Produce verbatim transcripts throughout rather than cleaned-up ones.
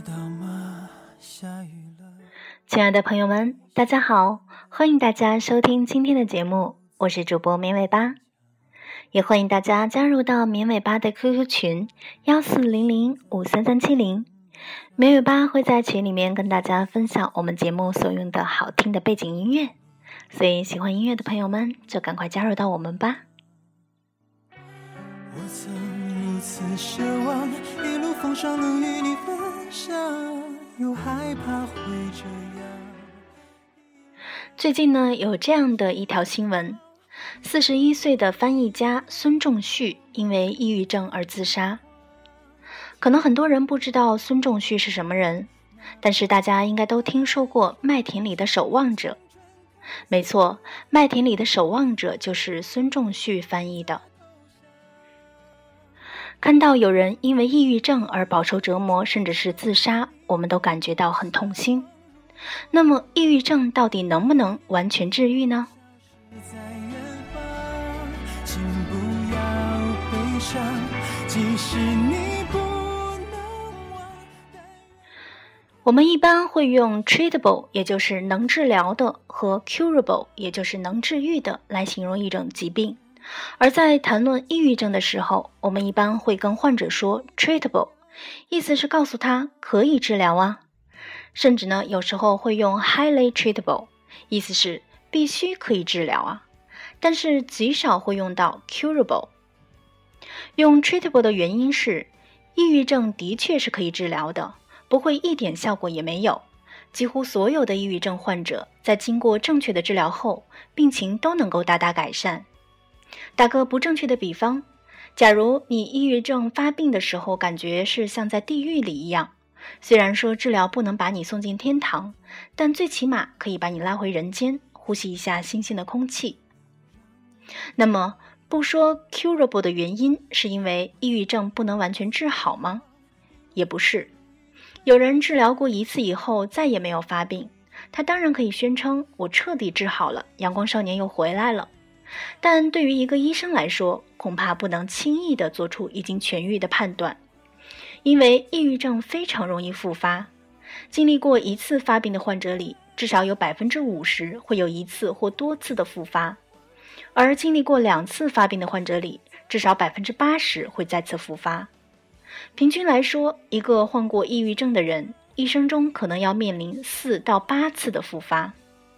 道吗？下雨了。 亲爱的朋友们，大家好，欢迎大家收听今天的节目，我是主播绵尾巴，也欢迎大家加入到绵尾巴的 Q Q 群幺四零零五三三七零，绵尾巴会在群里面跟大家分享我们节目所用的好听的背景音乐，所以喜欢音乐的朋友们就赶快加入到我们吧。 我曾如此奢望，一路风霜能与你分享，又害怕会这样。 最近呢，有这样的一条新闻，四十一岁的翻译家孙仲绪因为抑郁症而自杀。可能很多人不知道孙仲绪是什么人，但是大家应该都听说过《麦田里的守望者》。没错，《麦田里的守望者》就是孙仲绪翻译的。看到有人因为抑郁症而饱受折磨，甚至是自杀，我们都感觉到很痛心。那么，抑郁症到底能不能完全治愈呢？ 在远方，请不要悲伤，即使你不能忘。 我们一般会用 treatable， 也就是能治疗的，和 curable， 也就是能治愈的来形容一种疾病。而在谈论抑郁症的时候，我们一般会跟患者说 treatable， 意思是告诉他可以治疗啊。甚至呢，有时候会用 highly treatable， 意思是必须可以治疗啊。但是极少会用到 curable。用 treatable 的原因是，抑郁症的确是可以治疗的，不会一点效果也没有。几乎所有的抑郁症患者在经过正确的治疗后，病情都能够大大改善。打个不正确的比方，假如你抑郁症发病的时候感觉是像在地狱里一样，虽然说治疗不能把你送进天堂，但最起码可以把你拉回人间，呼吸一下新鲜的空气。那么不说 curable 的原因是因为抑郁症不能完全治好吗？也不是。有人治疗过一次以后再也没有发病，他当然可以宣称我彻底治好了，阳光少年又回来了。但对于一个医生来说，恐怕不能轻易地做出已经痊愈的判断，因为抑郁症非常容易复发。经历过一次发病的患者里，至少有 百分之五十 会有一次或多次的复发，而经历过两次发病的患者里，至少 百分之八十 会再次复发。平均来说，一个患过抑郁症的人，一生中可能要面临四到八次的复发。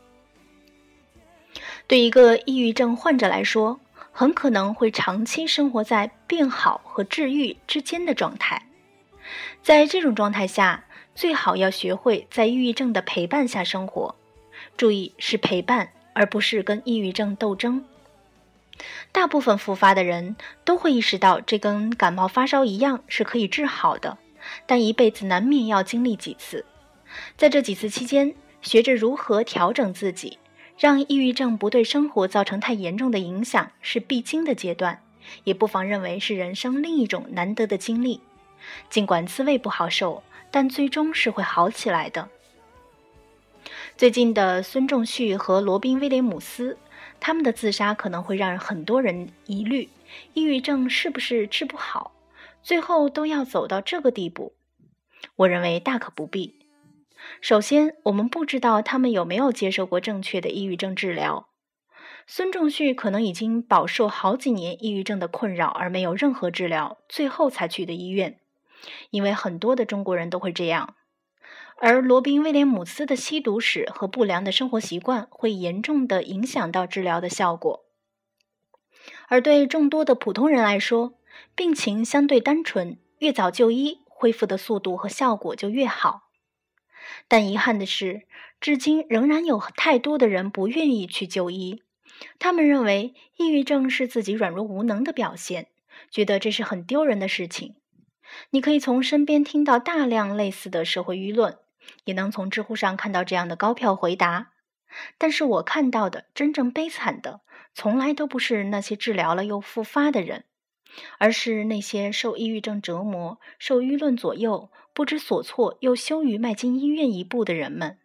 对一个抑郁症患者来说，很可能会长期生活在变好和治愈之间的状态。在这种状态下，最好要学会在抑郁症的陪伴下生活。注意，是陪伴，而不是跟抑郁症斗争。大部分复发的人都会意识到这跟感冒发烧一样是可以治好的，但一辈子难免要经历几次。在这几次期间，学着如何调整自己，让抑郁症不对生活造成太严重的影响是必经的阶段，也不妨认为是人生另一种难得的经历。尽管滋味不好受，但最终是会好起来的。最近的孙仲绪和罗宾威廉姆斯，他们的自杀可能会让很多人疑虑，抑郁症是不是治不好，最后都要走到这个地步？我认为大可不必。首先，我们不知道他们有没有接受过正确的抑郁症治疗。孙仲绪可能已经饱受好几年抑郁症的困扰而没有任何治疗，最后才去的医院，因为很多的中国人都会这样。而罗宾威廉姆斯的吸毒史和不良的生活习惯会严重地影响到治疗的效果。而对众多的普通人来说，病情相对单纯，越早就医，恢复的速度和效果就越好。但遗憾的是，至今仍然有太多的人不愿意去就医。他们认为抑郁症是自己软弱无能的表现，觉得这是很丢人的事情。你可以从身边听到大量类似的社会舆论，也能从知乎上看到这样的高票回答。但是我看到的真正悲惨的，从来都不是那些治疗了又复发的人，而是那些受抑郁症折磨、受舆论左右、不知所措又羞于迈进医院一步的人们。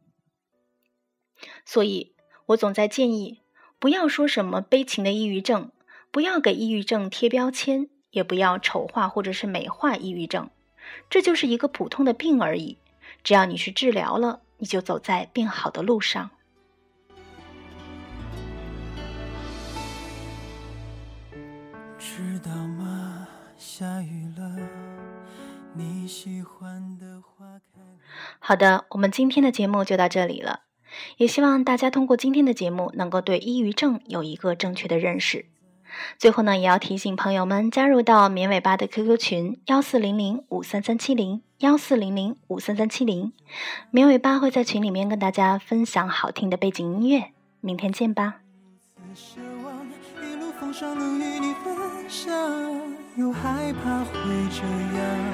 所以我总在建议，不要说什么悲情的抑郁症，不要给抑郁症贴标签，也不要丑化或者是美化抑郁症， 这就是一个普通的病而已，只要你去治疗了，你就走在变好的路上。 知道吗？下雨了，你喜欢的花开。 好的，我们今天的节目就到这里了，也希望大家通过今天的节目能够对抑郁症有一个正确的认识。最后呢，也要提醒朋友们加入到绵尾巴的 Q Q 群幺四零零五三三七零幺四零零五三三七零，绵尾巴会在群里面跟大家分享好听的背景音乐。明天见吧。 奢望一路风霜能与你分享，又害怕会这样。